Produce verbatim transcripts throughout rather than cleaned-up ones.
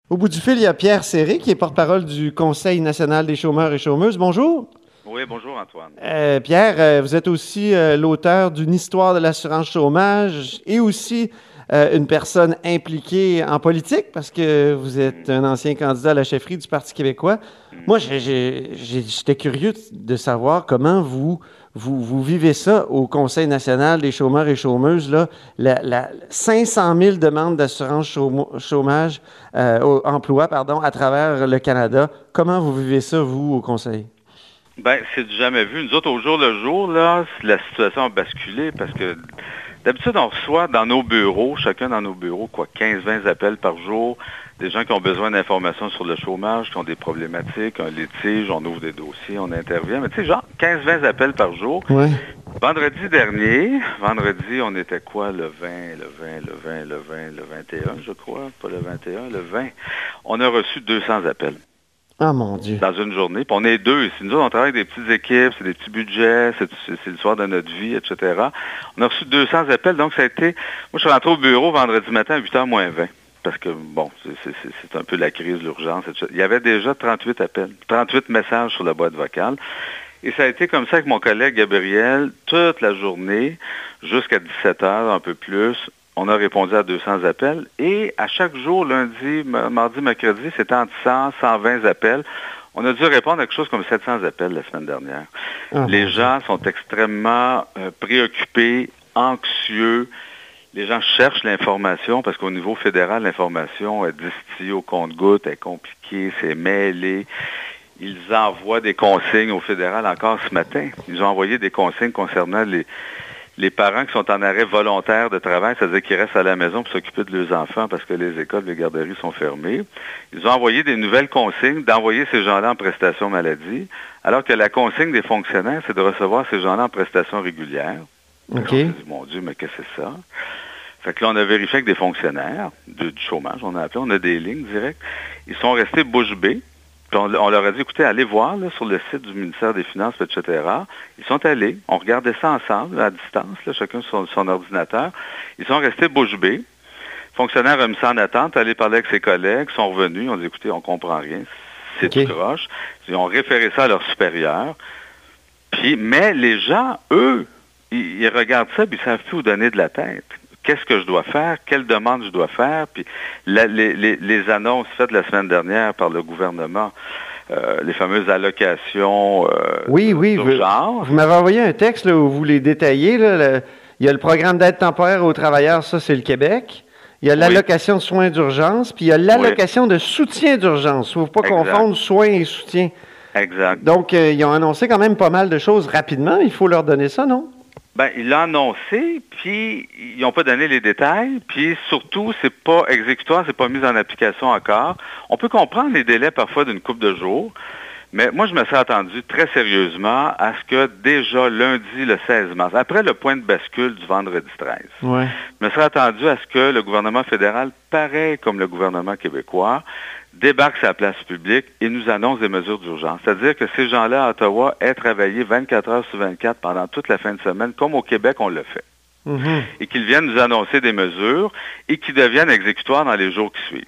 Au bout du fil, il y a Pierre Serré, qui est porte-parole du Conseil national des chômeurs et chômeuses. Bonjour. Oui, bonjour Antoine. Euh, Pierre, euh, vous êtes aussi euh, l'auteur d'une histoire de l'assurance chômage et aussi euh, une personne impliquée en politique parce que vous êtes Mm, un ancien candidat à la chefferie du Parti québécois. mm. Moi, j'ai- j'ai- j'ai- j'étais curieux de savoir comment vous, vous, vous vivez ça au Conseil national des chômeurs et chômeuses, là, la, la cinq cent mille demandes d'assurance chômo- chômage, euh, au- emploi, pardon, à travers le Canada. Comment vous vivez ça, vous, au Conseil? Ben, c'est du jamais vu. Nous autres, au jour le jour, là, la situation a basculé parce que d'habitude, on reçoit dans nos bureaux, chacun dans nos bureaux, quoi, quinze vingt appels par jour, des gens qui ont besoin d'informations sur le chômage, qui ont des problématiques, un litige, on ouvre des dossiers, on intervient. Mais tu sais, genre quinze vingt appels par jour. Oui. Vendredi dernier, vendredi, on était quoi, le vingt, le vingt, le vingt, le vingt, le vingt et un, je crois, pas le vingt et un, le vingt. On a reçu deux cents appels. Ah, mon Dieu. Dans une journée. Puis on est deux ici. Nous autres, on travaille avec des petites équipes, c'est des petits budgets, c'est, c'est, c'est l'histoire de notre vie, et cetera. On a reçu deux cents appels, donc ça a été... Moi, je suis rentré au bureau vendredi matin à huit heures moins vingt. Parce que, bon, c'est, c'est, c'est, c'est un peu la crise, l'urgence, et cetera. Il y avait déjà trente-huit appels, trente-huit messages sur la boîte vocale. Et ça a été comme ça avec mon collègue Gabriel, toute la journée, jusqu'à dix-sept heures, un peu plus. On a répondu à deux cents appels et à chaque jour, lundi, mardi, mercredi, c'était entre cent, cent vingt appels. On a dû répondre à quelque chose comme sept cents appels la semaine dernière. Ah, Les gens sont extrêmement euh, préoccupés, anxieux. Les gens cherchent l'information parce qu'au niveau fédéral, l'information est distillée au compte-gouttes, est compliquée, c'est mêlé. Ils envoient des consignes au fédéral encore ce matin. Ils ont envoyé des consignes concernant les... les parents qui sont en arrêt volontaire de travail, c'est-à-dire qu'ils restent à la maison pour s'occuper de leurs enfants parce que les écoles, les garderies sont fermées. Ils ont envoyé des nouvelles consignes d'envoyer ces gens-là en prestation maladie, alors que la consigne des fonctionnaires, c'est de recevoir ces gens-là en prestation régulière. OK. On s'est dit, mon Dieu, mais qu'est-ce que c'est ça? Fait que là, on a vérifié avec des fonctionnaires de, du chômage, on a appelé, on a des lignes directes. Ils sont restés bouche bée. Puis on, on leur a dit, écoutez, allez voir là, sur le site du ministère des Finances, et cetera. Ils sont allés, on regardait ça ensemble, là, à distance, là, chacun sur son, son ordinateur. Ils sont restés bouche bée. Le fonctionnaire a mis ça en attente, allé parler avec ses collègues, sont revenus, on dit, écoutez, on comprend rien, c'est OK. tout croche. Ils ont référé ça à leur supérieur. Puis, mais les gens, eux, ils, ils regardent ça, puis ils ne savent plus où donner de la tête. Qu'est-ce que je dois faire? Quelle demande je dois faire? Puis la, les, les, les annonces faites la semaine dernière par le gouvernement, euh, les fameuses allocations euh, Oui, oui. Vous, d'urgence. vous m'avez envoyé un texte là, où vous les détaillez. Là, le- il y a le programme d'aide temporaire aux travailleurs, ça, c'est le Québec. Il y a Oui. l'allocation de soins d'urgence, puis il y a l'allocation de soutien d'urgence. Il ne faut pas Exact. confondre soins et soutien. Exact. Donc, euh, ils ont annoncé quand même pas mal de choses rapidement. Il faut leur donner ça, non? Ben, il l'a annoncé, puis ils n'ont pas donné les détails, puis surtout, c'est pas exécutoire, c'est pas mis en application encore. On peut comprendre les délais parfois d'une couple de jours, mais moi, je me suis attendu très sérieusement à ce que déjà lundi, le seize mars, après le point de bascule du vendredi treize, Ouais. je me serais attendu à ce que le gouvernement fédéral, pareil comme le gouvernement québécois, débarque sa place publique et nous annonce des mesures d'urgence. C'est-à-dire que ces gens-là à Ottawa aient travaillé vingt-quatre heures sur vingt-quatre pendant toute la fin de semaine, comme au Québec on le fait. Mhm. Et qu'ils viennent nous annoncer des mesures et qui deviennent exécutoires dans les jours qui suivent.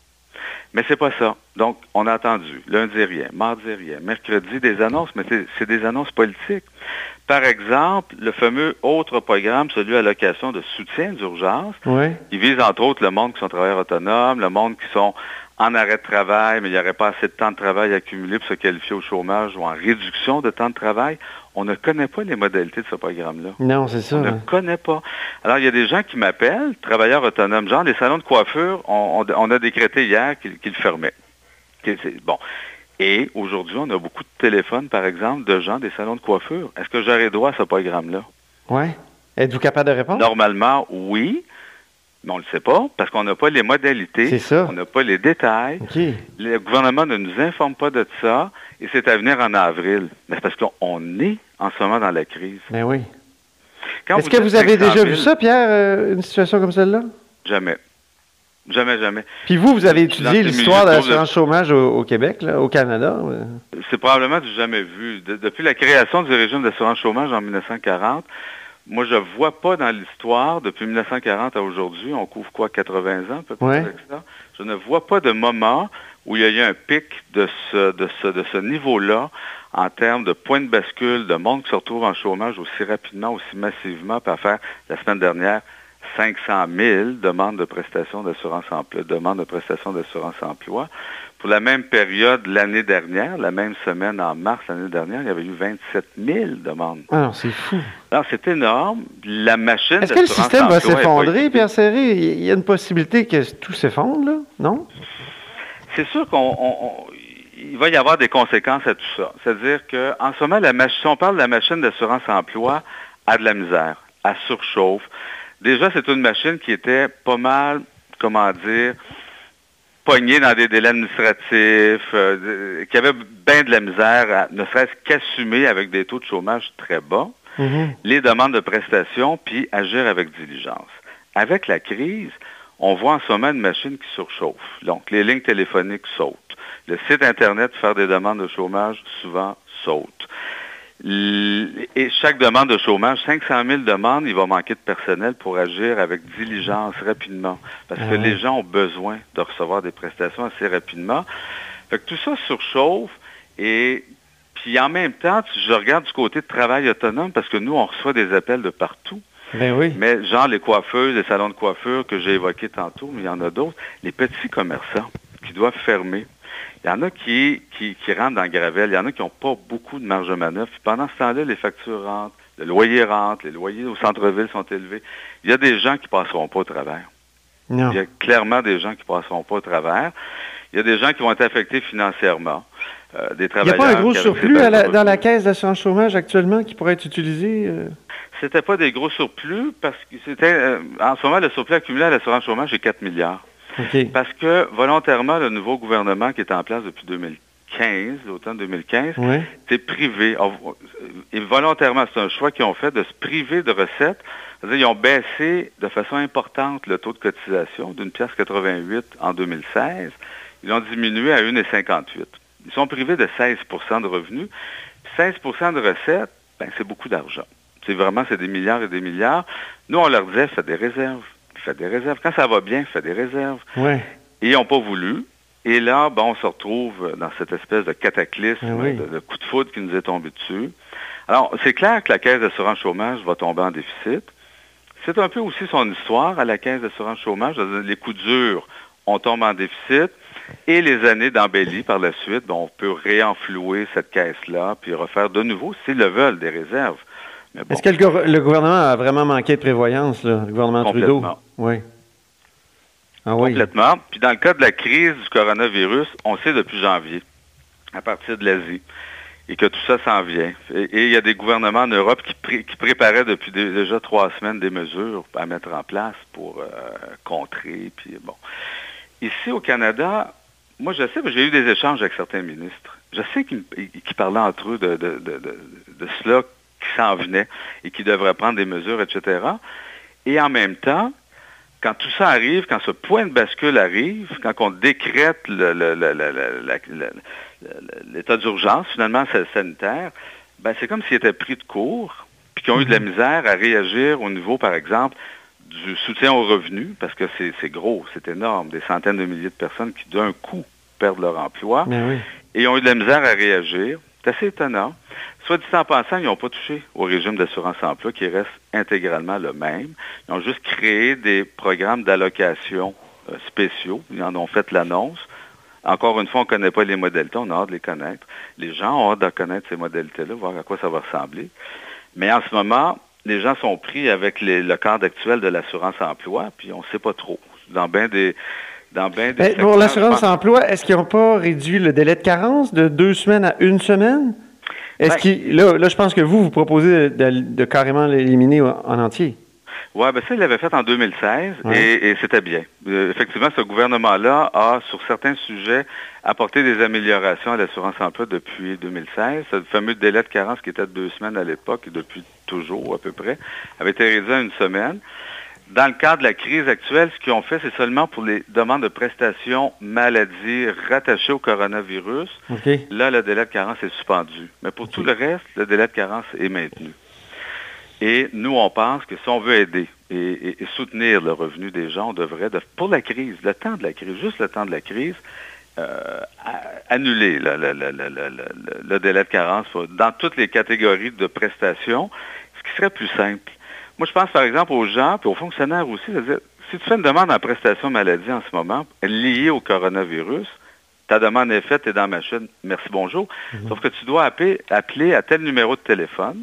Mais c'est pas ça. Donc, on a attendu. Lundi, rien. Mardi, rien. Mercredi, des annonces, mais c'est, c'est des annonces politiques. Par exemple, le fameux autre programme, celui à l'allocation de soutien d'urgence, Ouais. qui vise entre autres le monde qui sont travailleurs autonomes, le monde qui sont en arrêt de travail, mais il n'y aurait pas assez de temps de travail accumulé pour se qualifier au chômage ou en réduction de temps de travail. On ne connaît pas les modalités de ce programme-là. Non, c'est ça. On ne hein. connaît pas. Alors, il y a des gens qui m'appellent, travailleurs autonomes, genre les salons de coiffure, on, on, on a décrété hier qu'ils, qu'ils fermaient. Que c'est- bon. Et aujourd'hui, on a beaucoup de téléphones, par exemple, de gens des salons de coiffure. Est-ce que j'aurais droit à ce programme-là? Ouais. Êtes-vous capable de répondre? Normalement, oui, mais on ne le sait pas parce qu'on n'a pas les modalités, C'est ça. on n'a pas les détails. OK. Le gouvernement ne nous informe pas de ça et c'est à venir en avril. Mais c'est parce qu'on est en ce moment dans la crise. Ben oui. Quand Est-ce que dites vous avez cinq cent déjà vu mille, ça, Pierre, euh, une situation comme celle-là? Jamais. Jamais, jamais. Puis vous, vous avez Dans étudié ces l'histoire de milieux de- l'assurance chômage au, au Québec, là, au Canada. euh. C'est probablement du jamais vu. De- depuis la création du régime d'assurance chômage en mille neuf cent quarante, moi, je ne vois pas dans l'histoire, depuis mille neuf cent quarante à aujourd'hui, on couvre quoi, quatre-vingts ans, à peu près, Ouais. avec ça? Je ne vois pas de moment où il y a eu un pic de ce, de ce, de ce niveau-là en termes de points de bascule, de monde qui se retrouve en chômage aussi rapidement, aussi massivement, par faire, la semaine dernière, cinq cent mille demandes de prestations d'assurance emploi, demandes de prestations d'assurance emploi. Pour la même période l'année dernière, la même semaine en mars l'année dernière, il y avait eu vingt-sept mille demandes. Alors, c'est fou. Alors, c'est énorme. La machine Est-ce que le système va s'effondrer, Pierre Serré? Il y a une possibilité que tout s'effondre, là? Non? C'est sûr qu'on on, on, il va y avoir des conséquences à tout ça. C'est-à-dire qu'en ce moment, la machine, si on parle de la machine d'assurance emploi, a de la misère, elle surchauffe. Déjà, c'est une machine qui était pas mal, comment dire, pognée dans des délais administratifs, euh, qui avait bien de la misère, à, ne serait-ce qu'assumer avec des taux de chômage très bas, mm-hmm. les demandes de prestations, puis agir avec diligence. Avec la crise, on voit en ce moment une machine qui surchauffe. Donc, les lignes téléphoniques sautent. Le site Internet, faire des demandes de chômage, souvent saute. Et chaque demande de chômage, cinq cent mille demandes, il va manquer de personnel pour agir avec diligence rapidement. Parce que mmh. les gens ont besoin de recevoir des prestations assez rapidement. Fait que tout ça surchauffe. Et puis en même temps, je regarde du côté de travail autonome parce que nous, on reçoit des appels de partout. Ben oui. Mais genre les coiffeuses, les salons de coiffure que j'ai évoqués tantôt, mais il y en a d'autres. Les petits commerçants qui doivent fermer. Il y en a qui, qui, qui rentrent dans le Gravel, il y en a qui n'ont pas beaucoup de marge de manœuvre. Puis pendant ce temps-là, les factures rentrent, le loyer rentre, les loyers au centre-ville sont élevés. Il y a des gens qui ne passeront pas au travers. Non. Il y a clairement des gens qui ne passeront pas au travers. Il y a des gens qui vont être affectés financièrement. Euh, des travailleurs. Il n'y a pas un gros surplus à la, dans la caisse d'assurance chômage actuellement qui pourrait être utilisé? Euh... C'était pas des gros surplus parce que c'était, euh, en ce moment, le surplus accumulé à l'assurance chômage est quatre milliards. Okay. Parce que, volontairement, le nouveau gouvernement qui est en place depuis deux mille quinze, l'automne deux mille quinze, oui. c'est privé. Et volontairement, c'est un choix qu'ils ont fait de se priver de recettes. C'est-à-dire, ils ont baissé de façon importante le taux de cotisation d'une pièce quatre-vingt-huit en deux mille seize. Ils l'ont diminué à un virgule cinquante-huit. Ils sont privés de seize pour cent de revenus. seize pour cent de recettes, ben, c'est beaucoup d'argent. C'est vraiment, c'est des milliards et des milliards. Nous, on leur disait, faites des réserves. Faites des réserves. Quand ça va bien, faites des réserves. Ouais. Et ils n'ont pas voulu. Et là, ben, on se retrouve dans cette espèce de cataclysme, oui. de, de coup de foudre qui nous est tombé dessus. Alors, c'est clair que la Caisse d'assurance chômage va tomber en déficit. C'est un peu aussi son histoire à la Caisse d'assurance chômage. Les coups durs, on tombe en déficit. Et les années d'embellie par la suite, ben, on peut réenflouer cette caisse-là, puis refaire de nouveau, s'ils le veulent, des réserves. Bon. Est-ce que le, le gouvernement a vraiment manqué de prévoyance, là, le gouvernement Trudeau? Oui. Ah, oui. Complètement. Puis dans le cas de la crise du coronavirus, on sait depuis janvier, à partir de l'Asie, et que tout ça s'en vient. Et il y a des gouvernements en Europe qui, pré qui préparaient depuis de, déjà trois semaines des mesures à mettre en place pour euh, contrer. Puis bon. Ici au Canada, moi je sais, j'ai eu des échanges avec certains ministres. Je sais qu'ils qu'ils parlaient entre eux de, de, de, de, de cela qui s'en venait et qui devraient prendre des mesures, et cetera. Et en même temps, quand tout ça arrive, quand ce point de bascule arrive, quand on décrète l'état d'urgence, finalement, sanitaire, ben c'est comme s'ils étaient pris de court, puis qu'ils ont eu de la misère à réagir au niveau, par exemple, du soutien aux revenus, parce que c'est gros, c'est énorme, des centaines de milliers de personnes qui, d'un coup, perdent leur emploi, oui. et ils ont eu de la misère à réagir. C'est assez étonnant. Soit dit en passant, ils n'ont pas touché au régime d'assurance-emploi qui reste intégralement le même. Ils ont juste créé des programmes d'allocation euh, spéciaux. Ils en ont fait l'annonce. Encore une fois, on ne connaît pas les modalités, on a hâte de les connaître. Les gens ont hâte de connaître ces modalités-là, voir à quoi ça va ressembler. Mais en ce moment, les gens sont pris avec les, le cadre actuel de l'assurance-emploi, puis on ne sait pas trop. Dans bien des... Dans bien des secteurs, pour l'assurance-emploi, est-ce qu'ils n'ont pas réduit le délai de carence de deux semaines à une semaine? Est-ce ben, qu'il, là, là, je pense que vous, vous proposez de, de, de carrément l'éliminer en entier. Oui, bien ça, il l'avait fait en deux mille seize ouais. et, et c'était bien. Euh, effectivement, ce gouvernement-là a, sur certains sujets, apporté des améliorations à l'assurance-emploi depuis deux mille seize. Ce fameux délai de carence qui était de deux semaines à l'époque, et depuis toujours à peu près, avait été réduit à une semaine. Dans le cadre de la crise actuelle, ce qu'ils ont fait, c'est seulement pour les demandes de prestations maladie rattachées au coronavirus. Okay. Là, le délai de carence est suspendu. Mais pour okay. tout le reste, le délai de carence est maintenu. Et nous, on pense que si on veut aider et, et, et soutenir le revenu des gens, on devrait, de, pour la crise, le temps de la crise, juste le temps de la crise, euh, annuler le, le, le, le, le, le délai de carence dans toutes les catégories de prestations, ce qui serait plus simple. Moi, je pense par exemple aux gens, puis aux fonctionnaires aussi, c'est-à-dire, si tu fais une demande en prestation maladie en ce moment, liée au coronavirus, ta demande est faite, tu es dans la machine, merci, bonjour. Mm-hmm. Sauf que tu dois appeler, appeler à tel numéro de téléphone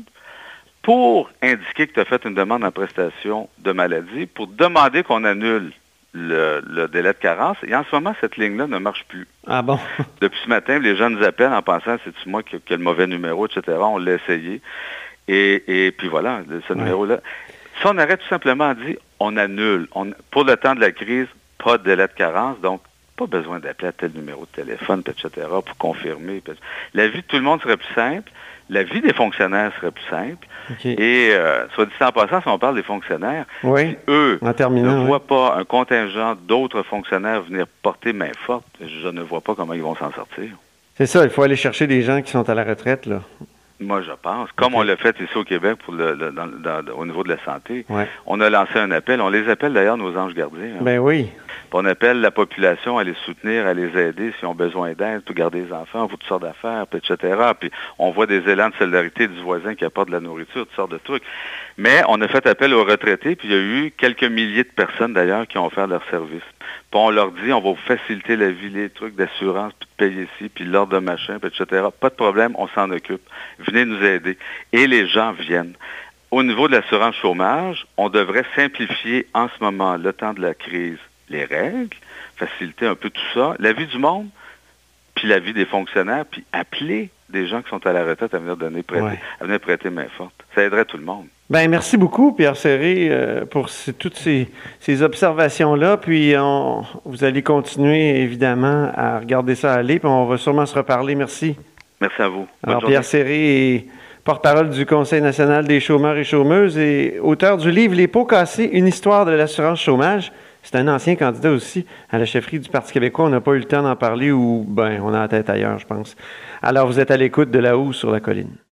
pour indiquer que tu as fait une demande en prestation de maladie, pour demander qu'on annule le, le délai de carence. Et en ce moment, cette ligne-là ne marche plus. Ah bon? Depuis ce matin, les gens nous appellent en pensant c'est-tu moi qui, qui ai le mauvais numéro, et cetera. On l'a essayé. Et, et puis voilà, ce ouais. numéro-là. Si on aurait tout simplement dit, on annule. On, pour le temps de la crise, pas de délai de carence, donc pas besoin d'appeler à tel numéro de téléphone, et cetera, pour confirmer. La vie de tout le monde serait plus simple. La vie des fonctionnaires serait plus simple. Okay. Et, euh, soit dit en passant, si on parle des fonctionnaires, oui. si eux en terminant, ne oui. voient pas un contingent d'autres fonctionnaires venir porter main forte, je ne vois pas comment ils vont s'en sortir. C'est ça, il faut aller chercher des gens qui sont à la retraite, là. Moi, je pense. Comme okay. on l'a fait ici au Québec pour le, le dans, dans, au niveau de la santé, ouais. on a lancé un appel. On les appelle d'ailleurs nos anges gardiens. Hein. Ben oui. Puis on appelle la population à les soutenir, à les aider s'ils ont besoin d'aide, pour garder les enfants, pour toutes sortes d'affaires, puis et cetera. Puis on voit des élans de solidarité du voisin qui apporte de la nourriture, toutes sortes de trucs. Mais on a fait appel aux retraités, puis il y a eu quelques milliers de personnes d'ailleurs qui ont offert leur service. Puis on leur dit, on va vous faciliter la vie, les trucs d'assurance, puis de payer ici, puis l'ordre de machin, puis et cetera. Pas de problème, on s'en occupe. Venez nous aider. Et les gens viennent. Au niveau de l'assurance chômage, on devrait simplifier en ce moment, le temps de la crise, les règles, faciliter un peu tout ça, la vie du monde, puis la vie des fonctionnaires, puis appeler des gens qui sont à la retraite à venir donner prêter, ouais. à venir prêter main forte. Ça aiderait tout le monde. Bien, merci beaucoup, Pierre Serré, euh, pour ces, toutes ces, ces observations-là. Puis, on, vous allez continuer, évidemment, à regarder ça aller, puis on va sûrement se reparler. Merci. Merci à vous. Alors, Bonne Pierre journée. Serré est porte-parole du Conseil national des chômeurs et chômeuses et auteur du livre « Les pots cassés, une histoire de l'assurance chômage ». C'est un ancien candidat aussi à la chefferie du Parti québécois. On n'a pas eu le temps d'en parler ou, ben, on a la tête ailleurs, je pense. Alors, vous êtes à l'écoute de là-haut sur la colline.